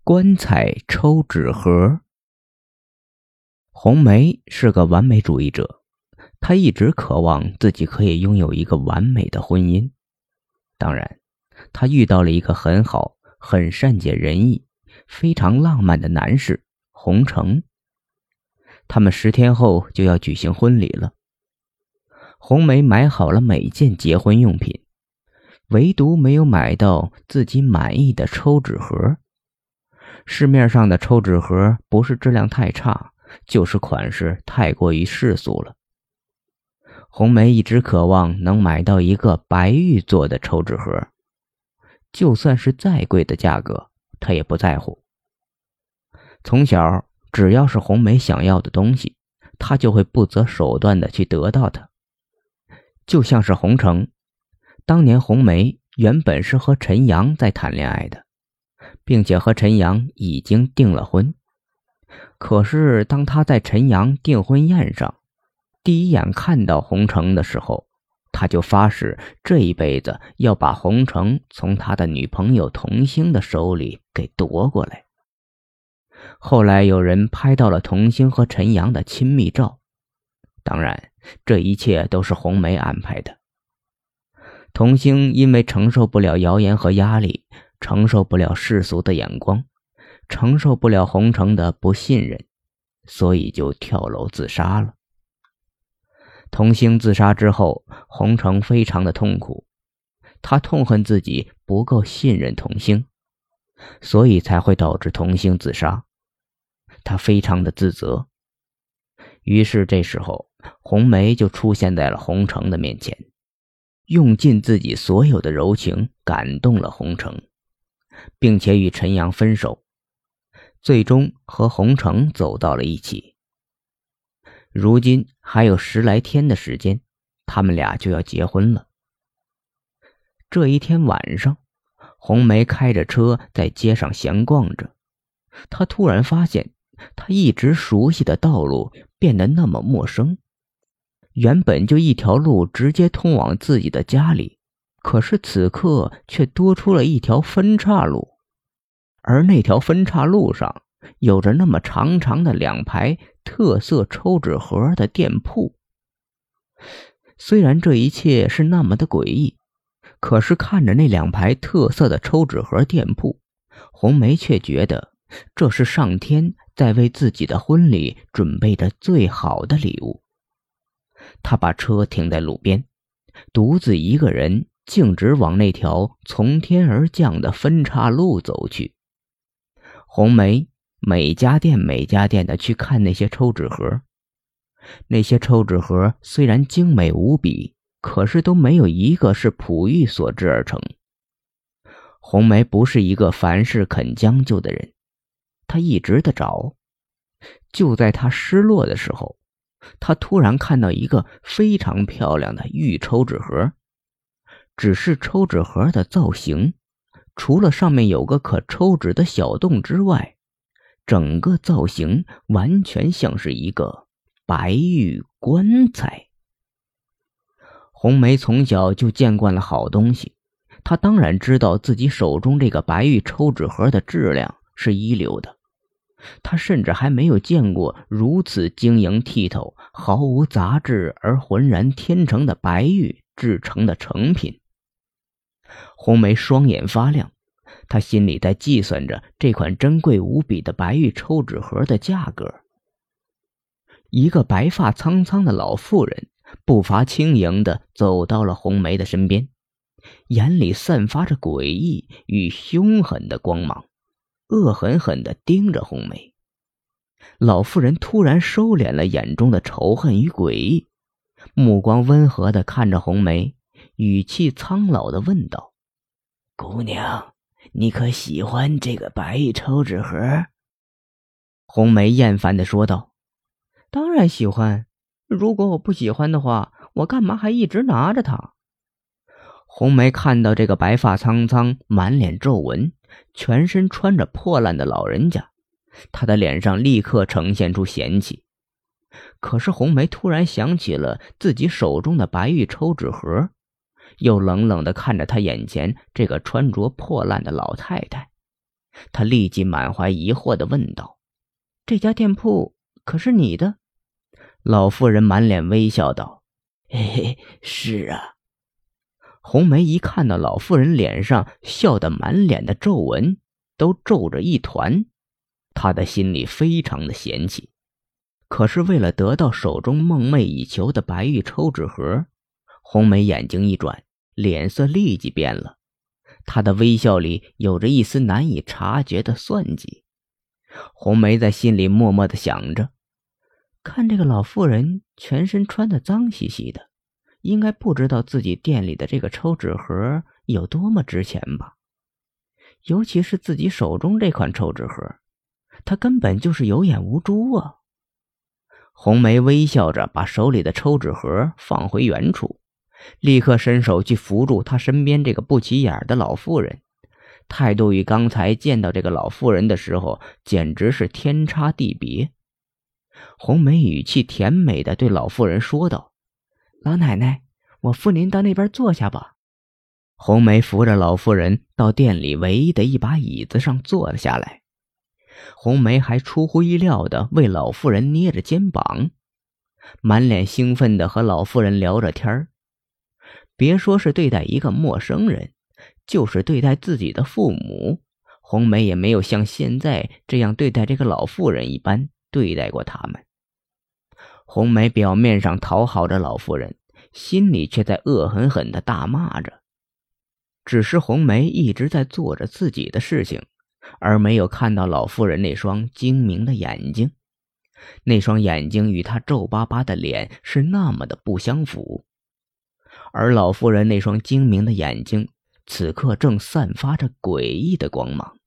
棺材抽纸盒。红梅是个完美主义者，她一直渴望自己可以拥有一个完美的婚姻。当然，她遇到了一个很好、很善解人意、非常浪漫的男士洪城。他们10天后就要举行婚礼了。红梅买好了每件结婚用品，唯独没有买到自己满意的抽纸盒。市面上的抽纸盒不是质量太差，就是款式太过于世俗了。红梅一直渴望能买到一个白玉做的抽纸盒，就算是再贵的价格，她也不在乎。从小，只要是红梅想要的东西，她就会不择手段地去得到它。就像是洪城，当年红梅原本是和陈阳在谈恋爱的，并且和陈阳已经订了婚。可是当他在陈阳订婚宴上第一眼看到洪城的时候，他就发誓这一辈子要把洪城从他的女朋友童星的手里给夺过来。后来有人拍到了童星和陈阳的亲密照，当然这一切都是红梅安排的。童星因为承受不了谣言和压力，承受不了世俗的眼光，承受不了洪城的不信任，所以就跳楼自杀了。童星自杀之后，洪城非常的痛苦，他痛恨自己不够信任童星，所以才会导致童星自杀。他非常的自责。于是这时候，红梅就出现在了洪城的面前，用尽自己所有的柔情感动了洪城，并且与陈阳分手，最终和洪城走到了一起。如今还有10来天的时间，他们俩就要结婚了。这一天晚上，红梅开着车在街上闲逛着，她突然发现她一直熟悉的道路变得那么陌生。原本就一条路直接通往自己的家里，可是此刻却多出了一条分岔路，而那条分岔路上有着那么长长的2排特色抽纸盒的店铺。虽然这一切是那么的诡异，可是看着那2排特色的抽纸盒店铺，红梅却觉得这是上天在为自己的婚礼准备着最好的礼物。她把车停在路边，独自一个人径直往那条从天而降的分岔路走去。红梅每家店的去看那些抽纸盒，那些抽纸盒虽然精美无比，可是都没有一个是璞玉所制而成。红梅不是一个凡事肯将就的人，她一直的找。就在她失落的时候，她突然看到一个非常漂亮的玉抽纸盒，只是抽纸盒的造型，除了上面有个可抽纸的小洞之外，整个造型完全像是一个白玉棺材。红梅从小就见惯了好东西，她当然知道自己手中这个白玉抽纸盒的质量是一流的，她甚至还没有见过如此晶莹剔透、毫无杂质而浑然天成的白玉制成的成品。红梅双眼发亮，她心里在计算着这款珍贵无比的白玉抽纸盒的价格。一个白发苍苍的老妇人步伐轻盈地走到了红梅的身边，眼里散发着诡异与凶狠的光芒，恶狠狠地盯着红梅。老妇人突然收敛了眼中的仇恨与诡异，目光温和地看着红梅，语气苍老地问道：“姑娘，你可喜欢这个白玉抽纸盒？”红梅厌烦地说道：“当然喜欢，如果我不喜欢的话，我干嘛还一直拿着它？”红梅看到这个白发苍苍、满脸皱纹、全身穿着破烂的老人家，她的脸上立刻呈现出嫌弃。可是红梅突然想起了自己手中的白玉抽纸盒，又冷冷地看着她眼前这个穿着破烂的老太太， 他立即满怀疑惑地问道：“这家店铺可是你的？”老妇人满脸微笑道：“嘿嘿，是啊。”红梅一看到老妇人脸上笑得满脸的皱纹都皱着一团，她的心里非常的嫌弃。可是为了得到手中梦寐以求的白玉抽纸盒，红梅眼睛一转，脸色立即变了。她的微笑里有着一丝难以察觉的算计。红梅在心里默默地想着，看这个老妇人全身穿得脏兮兮的，应该不知道自己店里的这个抽纸盒有多么值钱吧。尤其是自己手中这款抽纸盒，她根本就是有眼无珠啊。红梅微笑着把手里的抽纸盒放回原处，立刻伸手去扶住她身边这个不起眼的老妇人，态度与刚才见到这个老妇人的时候简直是天差地别。红梅语气甜美地对老妇人说道：“老奶奶，我扶您到那边坐下吧。”红梅扶着老妇人到店里唯一的一把椅子上坐了下来。红梅还出乎意料地为老妇人捏着肩膀，满脸兴奋地和老妇人聊着天儿。别说是对待一个陌生人，就是对待自己的父母，红梅也没有像现在这样对待这个老妇人一般对待过他们。红梅表面上讨好着老妇人，心里却在恶狠狠地大骂着。只是红梅一直在做着自己的事情，而没有看到老妇人那双精明的眼睛。那双眼睛与她皱巴巴的脸是那么的不相符，而老妇人那双精明的眼睛此刻正散发着诡异的光芒。